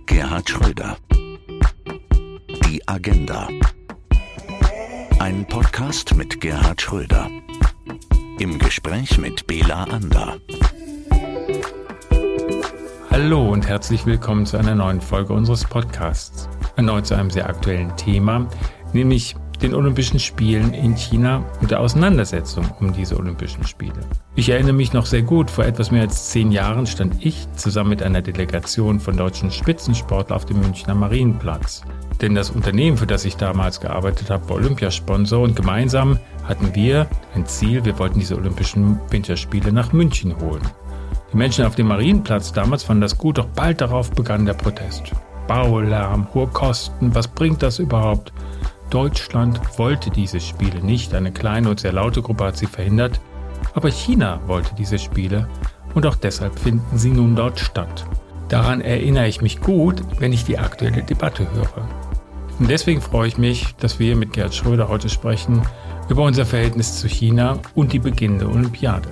Gerhard Schröder. Die Agenda. Ein Podcast mit Gerhard Schröder. Im Gespräch mit Bela Ander. Hallo und herzlich willkommen zu einer neuen Folge unseres Podcasts. Erneut zu einem sehr aktuellen Thema, nämlich den Olympischen Spielen in China und der Auseinandersetzung um diese Olympischen Spiele. Ich erinnere mich noch sehr gut, vor etwas mehr als 10 Jahren stand ich zusammen mit einer Delegation von deutschen Spitzensportlern auf dem Münchner Marienplatz. Denn das Unternehmen, für das ich damals gearbeitet habe, war Olympiasponsor und gemeinsam hatten wir ein Ziel, wir wollten diese Olympischen Winterspiele nach München holen. Die Menschen auf dem Marienplatz damals fanden das gut, doch bald darauf begann der Protest. Baulärm, hohe Kosten, was bringt das überhaupt? Deutschland wollte diese Spiele nicht, eine kleine und sehr laute Gruppe hat sie verhindert, aber China wollte diese Spiele und auch deshalb finden sie nun dort statt. Daran erinnere ich mich gut, wenn ich die aktuelle Debatte höre. Und deswegen freue ich mich, dass wir mit Gerhard Schröder heute sprechen über unser Verhältnis zu China und die beginnende Olympiade.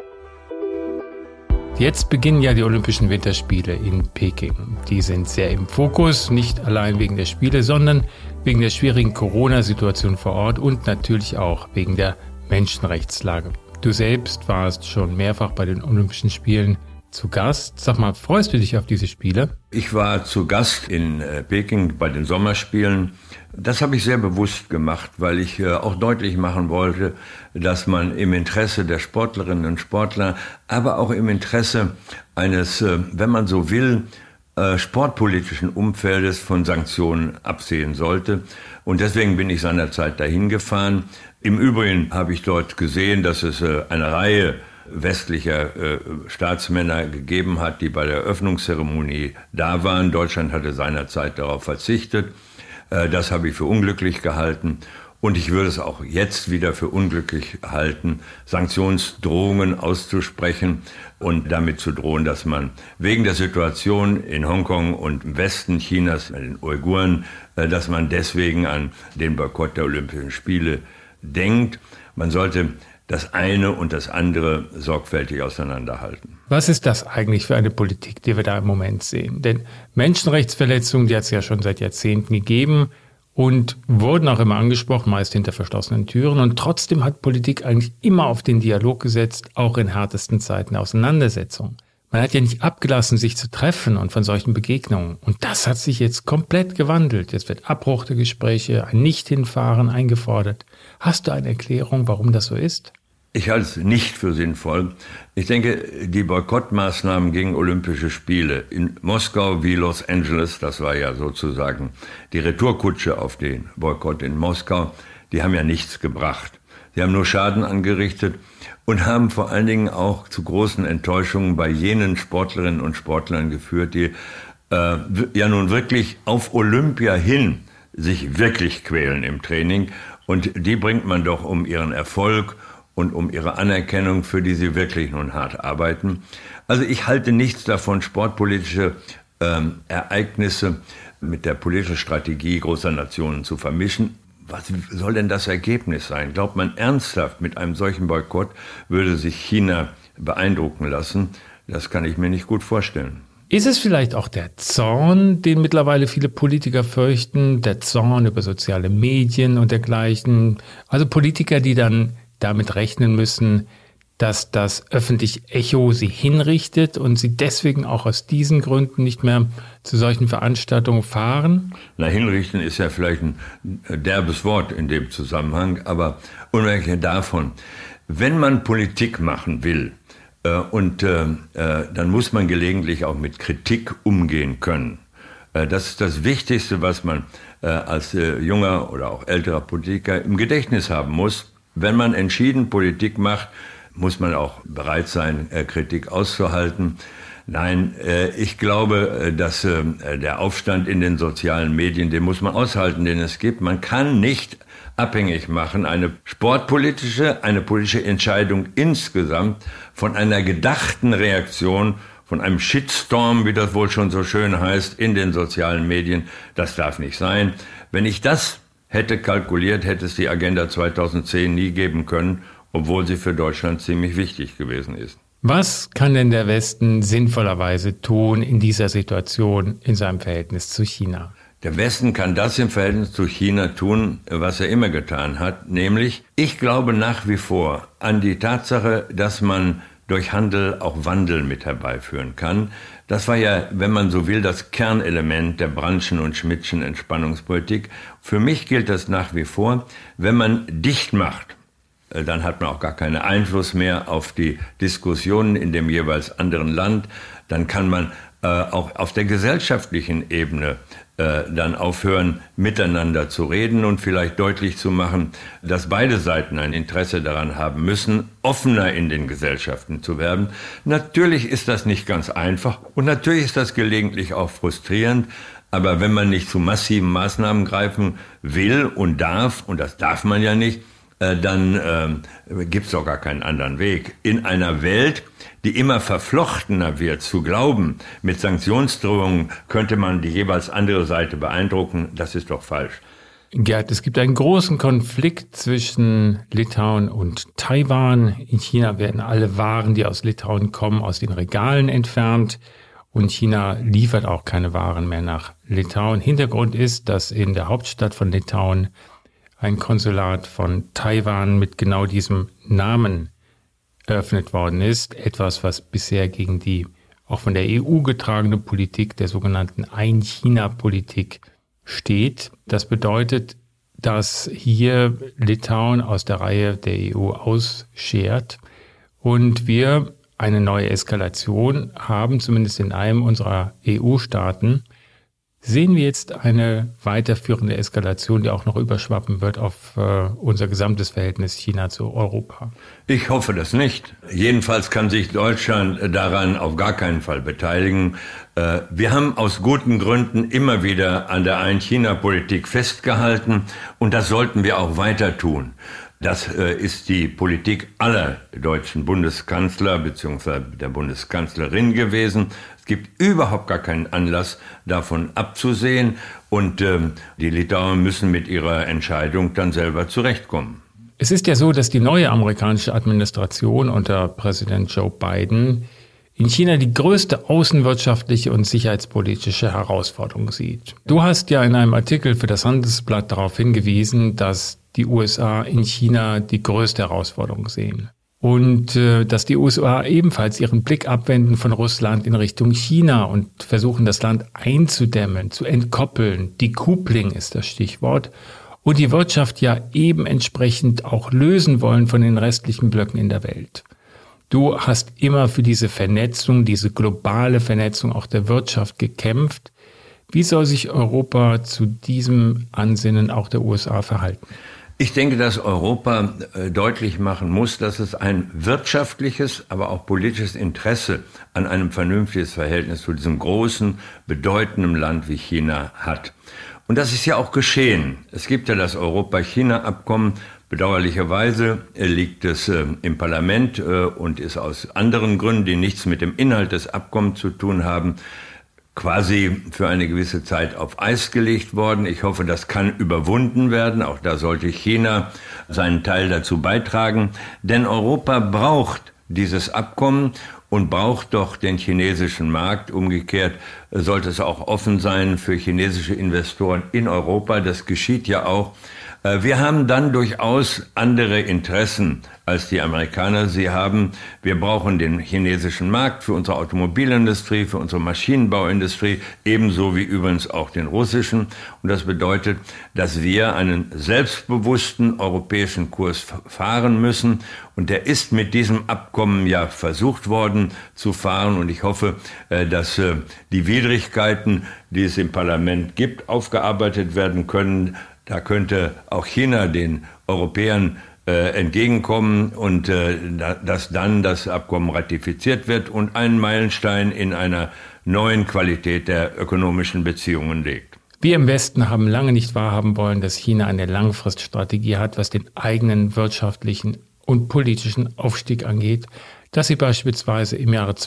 Jetzt beginnen ja die Olympischen Winterspiele in Peking. Die sind sehr im Fokus, nicht allein wegen der Spiele, sondern wegen der schwierigen Corona-Situation vor Ort und natürlich auch wegen der Menschenrechtslage. Du selbst warst schon mehrfach bei den Olympischen Spielen zu Gast. Sag mal, freust du dich auf diese Spiele? Ich war zu Gast in Peking bei den Sommerspielen. Das habe ich sehr bewusst gemacht, weil ich auch deutlich machen wollte, dass man im Interesse der Sportlerinnen und Sportler, aber auch im Interesse eines, wenn man so will, sportpolitischen Umfeldes von Sanktionen absehen sollte. Und deswegen bin ich seinerzeit dahin gefahren. Im Übrigen habe ich dort gesehen, dass es eine Reihe westlicher Staatsmänner gegeben hat, die bei der Eröffnungszeremonie da waren. Deutschland hatte seinerzeit darauf verzichtet. Das habe ich für unglücklich gehalten. Und ich würde es auch jetzt wieder für unglücklich halten, Sanktionsdrohungen auszusprechen und damit zu drohen, dass man wegen der Situation in Hongkong und im Westen Chinas, mit den Uiguren, dass man deswegen an den Boykott der Olympischen Spiele denkt. Man sollte das eine und das andere sorgfältig auseinanderhalten. Was ist das eigentlich für eine Politik, die wir da im Moment sehen? Denn Menschenrechtsverletzungen, die hat es ja schon seit Jahrzehnten gegeben und wurden auch immer angesprochen, meist hinter verschlossenen Türen. Und trotzdem hat Politik eigentlich immer auf den Dialog gesetzt, auch in härtesten Zeiten der Auseinandersetzung. Man hat ja nicht abgelassen, sich zu treffen und von solchen Begegnungen. Und das hat sich jetzt komplett gewandelt. Jetzt wird Abbruch der Gespräche, ein Nicht-Hinfahren eingefordert. Hast du eine Erklärung, warum das so ist? Ich halte es nicht für sinnvoll. Ich denke, die Boykottmaßnahmen gegen Olympische Spiele in Moskau wie Los Angeles, das war ja sozusagen die Retourkutsche auf den Boykott in Moskau, die haben ja nichts gebracht. Sie haben nur Schaden angerichtet und haben vor allen Dingen auch zu großen Enttäuschungen bei jenen Sportlerinnen und Sportlern geführt, die ja nun wirklich auf Olympia hin sich wirklich quälen im Training. Und die bringt man doch um ihren Erfolg und um ihre Anerkennung, für die sie wirklich nun hart arbeiten. Also ich halte nichts davon, sportpolitische Ereignisse mit der politischen Strategie großer Nationen zu vermischen. Was soll denn das Ergebnis sein? Glaubt man ernsthaft, mit einem solchen Boykott würde sich China beeindrucken lassen? Das kann ich mir nicht gut vorstellen. Ist es vielleicht auch der Zorn, den mittlerweile viele Politiker fürchten, der Zorn über soziale Medien und dergleichen? Also Politiker, die dann damit rechnen müssen, dass das öffentliche Echo sie hinrichtet und sie deswegen auch aus diesen Gründen nicht mehr zu solchen Veranstaltungen fahren? Na, hinrichten ist ja vielleicht ein derbes Wort in dem Zusammenhang, aber unabhängig davon, wenn man Politik machen will, dann muss man gelegentlich auch mit Kritik umgehen können. Das ist das Wichtigste, was man als junger oder auch älterer Politiker im Gedächtnis haben muss. Wenn man entschieden Politik macht, muss man auch bereit sein, Kritik auszuhalten. Nein, ich glaube, dass der Aufstand in den sozialen Medien, den muss man aushalten, den es gibt. Man kann nicht abhängig machen, eine politische Entscheidung insgesamt von einer gedachten Reaktion, von einem Shitstorm, wie das wohl schon so schön heißt, in den sozialen Medien. Das darf nicht sein. Wenn ich das hätte kalkuliert, hätte es die Agenda 2010 nie geben können, obwohl sie für Deutschland ziemlich wichtig gewesen ist. Was kann denn der Westen sinnvollerweise tun in dieser Situation in seinem Verhältnis zu China? Der Westen kann das im Verhältnis zu China tun, was er immer getan hat, nämlich, ich glaube nach wie vor an die Tatsache, dass man durch Handel auch Wandel mit herbeiführen kann. Das war ja, wenn man so will, das Kernelement der Brandtschen und Schmidtschen Entspannungspolitik. Für mich gilt das nach wie vor, wenn man dicht macht, dann hat man auch gar keinen Einfluss mehr auf die Diskussionen in dem jeweils anderen Land. Dann kann man auch auf der gesellschaftlichen Ebene dann aufhören, miteinander zu reden und vielleicht deutlich zu machen, dass beide Seiten ein Interesse daran haben müssen, offener in den Gesellschaften zu werden. Natürlich ist das nicht ganz einfach und natürlich ist das gelegentlich auch frustrierend, aber wenn man nicht zu massiven Maßnahmen greifen will und darf, und das darf man ja nicht, dann gibt's doch gar keinen anderen Weg. In einer Welt, die immer verflochtener wird, zu glauben, mit Sanktionsdrohungen könnte man die jeweils andere Seite beeindrucken, das ist doch falsch. Gerd, es gibt einen großen Konflikt zwischen Litauen und Taiwan. In China werden alle Waren, die aus Litauen kommen, aus den Regalen entfernt. Und China liefert auch keine Waren mehr nach Litauen. Hintergrund ist, dass in der Hauptstadt von Litauen ein Konsulat von Taiwan mit genau diesem Namen eröffnet worden ist. Etwas, was bisher gegen die auch von der EU getragene Politik der sogenannten Ein-China-Politik steht. Das bedeutet, dass hier Litauen aus der Reihe der EU ausschert und wir eine neue Eskalation haben, zumindest in einem unserer EU-Staaten. Sehen wir jetzt eine weiterführende Eskalation, die auch noch überschwappen wird auf unser gesamtes Verhältnis China zu Europa? Ich hoffe das nicht. Jedenfalls kann sich Deutschland daran auf gar keinen Fall beteiligen. Wir haben aus guten Gründen immer wieder an der Ein-China-Politik festgehalten und das sollten wir auch weiter tun. Das ist die Politik aller deutschen Bundeskanzler bzw. der Bundeskanzlerin gewesen. Es gibt überhaupt gar keinen Anlass, davon abzusehen. Und die Litauer müssen mit ihrer Entscheidung dann selber zurechtkommen. Es ist ja so, dass die neue amerikanische Administration unter Präsident Joe Biden in China die größte außenwirtschaftliche und sicherheitspolitische Herausforderung sieht. Du hast ja in einem Artikel für das Handelsblatt darauf hingewiesen, dass die USA in China die größte Herausforderung sehen. Und dass die USA ebenfalls ihren Blick abwenden von Russland in Richtung China und versuchen, das Land einzudämmen, zu entkoppeln. Decoupling ist das Stichwort. Und die Wirtschaft ja eben entsprechend auch lösen wollen von den restlichen Blöcken in der Welt. Du hast immer für diese Vernetzung, diese globale Vernetzung auch der Wirtschaft gekämpft. Wie soll sich Europa zu diesem Ansinnen auch der USA verhalten? Ich denke, dass Europa deutlich machen muss, dass es ein wirtschaftliches, aber auch politisches Interesse an einem vernünftigen Verhältnis zu diesem großen, bedeutenden Land wie China hat. Und das ist ja auch geschehen. Es gibt ja das Europa-China-Abkommen. Bedauerlicherweise liegt es im Parlament und ist aus anderen Gründen, die nichts mit dem Inhalt des Abkommens zu tun haben, quasi für eine gewisse Zeit auf Eis gelegt worden. Ich hoffe, das kann überwunden werden. Auch da sollte China seinen Teil dazu beitragen. Denn Europa braucht dieses Abkommen und braucht doch den chinesischen Markt. Umgekehrt sollte es auch offen sein für chinesische Investoren in Europa. Das geschieht ja auch. Wir haben dann durchaus andere Interessen, als die Amerikaner sie haben. Wir brauchen den chinesischen Markt für unsere Automobilindustrie, für unsere Maschinenbauindustrie, ebenso wie übrigens auch den russischen. Und das bedeutet, dass wir einen selbstbewussten europäischen Kurs fahren müssen. Und der ist mit diesem Abkommen ja versucht worden zu fahren. Und ich hoffe, dass die Widrigkeiten, die es im Parlament gibt, aufgearbeitet werden können. Da könnte auch China den Europäern entgegenkommen und dass dann das Abkommen ratifiziert wird und einen Meilenstein in einer neuen Qualität der ökonomischen Beziehungen legt. Wir im Westen haben lange nicht wahrhaben wollen, dass China eine Langfriststrategie hat, was den eigenen wirtschaftlichen und politischen Aufstieg angeht, dass sie beispielsweise im Jahre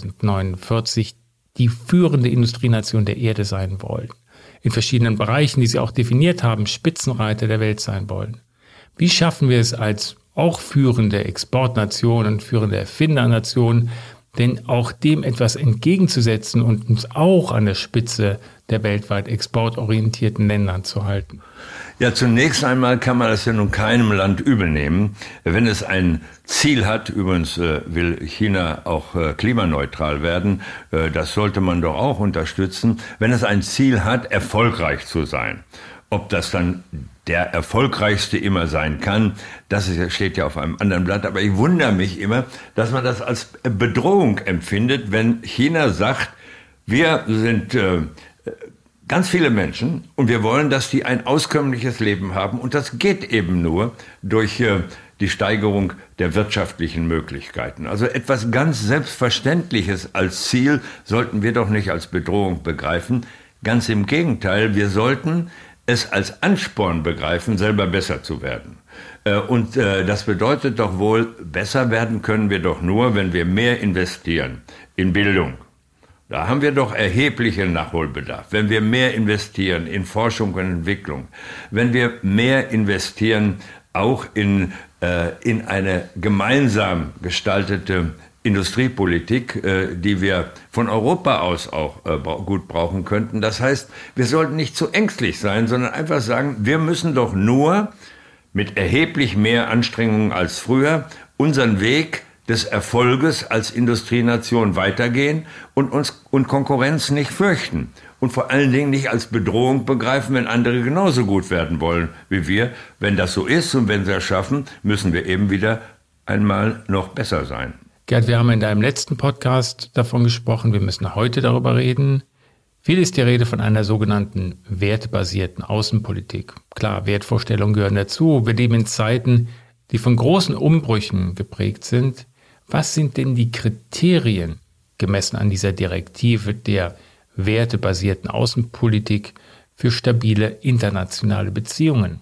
2049 die führende Industrienation der Erde sein wollen. In verschiedenen Bereichen, die sie auch definiert haben, Spitzenreiter der Welt sein wollen. Wie schaffen wir es als auch führende Exportnation und führende Erfindernation, denn auch dem etwas entgegenzusetzen und uns auch an der Spitze der weltweit exportorientierten Ländern zu halten? Ja, zunächst einmal kann man das ja nun keinem Land übel nehmen, wenn es ein Ziel hat. Übrigens will China auch klimaneutral werden. Das sollte man doch auch unterstützen. Wenn es ein Ziel hat, erfolgreich zu sein. Ob das dann der erfolgreichste immer sein kann, das steht ja auf einem anderen Blatt. Aber ich wundere mich immer, dass man das als Bedrohung empfindet, wenn China sagt, wir sind ganz viele Menschen und wir wollen, dass die ein auskömmliches Leben haben. Und das geht eben nur durch die Steigerung der wirtschaftlichen Möglichkeiten. Also etwas ganz Selbstverständliches als Ziel sollten wir doch nicht als Bedrohung begreifen. Ganz im Gegenteil, wir sollten es als Ansporn begreifen, selber besser zu werden. Und das bedeutet doch wohl, besser werden können wir doch nur, wenn wir mehr investieren in Bildung. Da haben wir doch erheblichen Nachholbedarf. Wenn wir mehr investieren in Forschung und Entwicklung, wenn wir mehr investieren auch in eine gemeinsam gestaltete Industriepolitik, die wir von Europa aus auch gut brauchen könnten. Das heißt, wir sollten nicht zu ängstlich sein, sondern einfach sagen, wir müssen doch nur mit erheblich mehr Anstrengungen als früher unseren Weg des Erfolges als Industrienation weitergehen und Konkurrenz nicht fürchten. Und vor allen Dingen nicht als Bedrohung begreifen, wenn andere genauso gut werden wollen wie wir. Wenn das so ist und wenn sie es schaffen, müssen wir eben wieder einmal noch besser sein. Gerd, wir haben in deinem letzten Podcast davon gesprochen, wir müssen heute darüber reden. Viel ist die Rede von einer sogenannten wertebasierten Außenpolitik. Klar, Wertvorstellungen gehören dazu. Wir leben in Zeiten, die von großen Umbrüchen geprägt sind. Was sind denn die Kriterien, gemessen an dieser Direktive der wertebasierten Außenpolitik, für stabile internationale Beziehungen?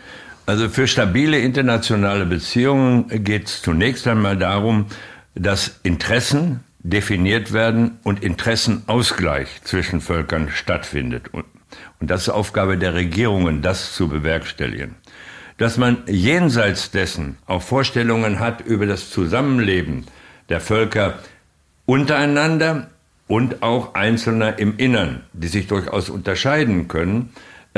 Also für stabile internationale Beziehungen geht es zunächst einmal darum, dass Interessen definiert werden und Interessenausgleich zwischen Völkern stattfindet. Und das ist Aufgabe der Regierungen, das zu bewerkstelligen. Dass man jenseits dessen auch Vorstellungen hat über das Zusammenleben der Völker untereinander und auch Einzelner im Innern, die sich durchaus unterscheiden können,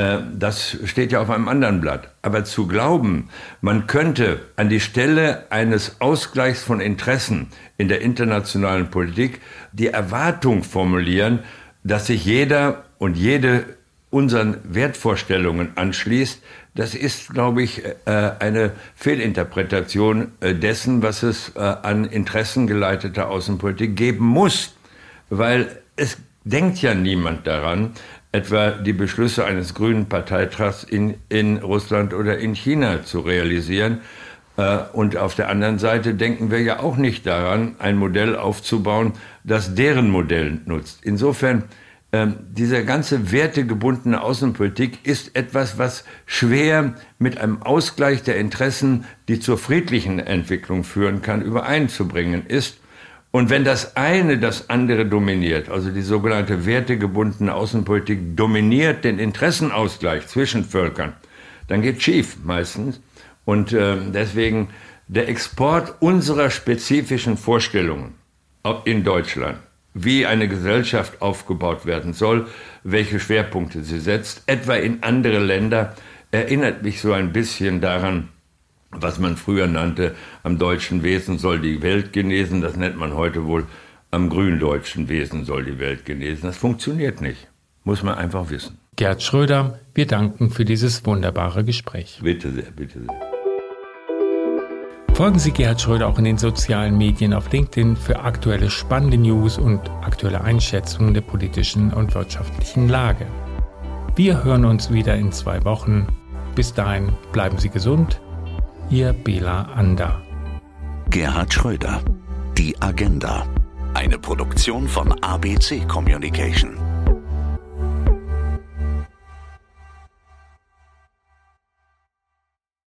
das steht ja auf einem anderen Blatt. Aber zu glauben, man könnte an die Stelle eines Ausgleichs von Interessen in der internationalen Politik die Erwartung formulieren, dass sich jeder und jede unseren Wertvorstellungen anschließt, das ist, glaube ich, eine Fehlinterpretation dessen, was es an interessengeleiteter Außenpolitik geben muss. Weil es denkt ja niemand daran, etwa die Beschlüsse eines grünen Parteitags in Russland oder in China zu realisieren. Und auf der anderen Seite denken wir ja auch nicht daran, ein Modell aufzubauen, das deren Modell nutzt. Insofern, diese ganze wertegebundene Außenpolitik ist etwas, was schwer mit einem Ausgleich der Interessen, die zur friedlichen Entwicklung führen kann, übereinzubringen ist. Und wenn das eine das andere dominiert, also die sogenannte wertegebundene Außenpolitik dominiert den Interessenausgleich zwischen Völkern, dann geht schief meistens. Und deswegen der Export unserer spezifischen Vorstellungen in Deutschland, wie eine Gesellschaft aufgebaut werden soll, welche Schwerpunkte sie setzt, etwa in andere Länder, erinnert mich so ein bisschen daran, was man früher nannte, am deutschen Wesen soll die Welt genesen. Das nennt man heute wohl, am gründeutschen Wesen soll die Welt genesen. Das funktioniert nicht. Muss man einfach wissen. Gerd Schröder, wir danken für dieses wunderbare Gespräch. Bitte sehr, bitte sehr. Folgen Sie Gerhard Schröder auch in den sozialen Medien auf LinkedIn für aktuelle spannende News und aktuelle Einschätzungen der politischen und wirtschaftlichen Lage. Wir hören uns wieder in 2 Wochen. Bis dahin bleiben Sie gesund. Ihr Bela Ander. Gerhard Schröder, die Agenda. Eine Produktion von ABC Communication.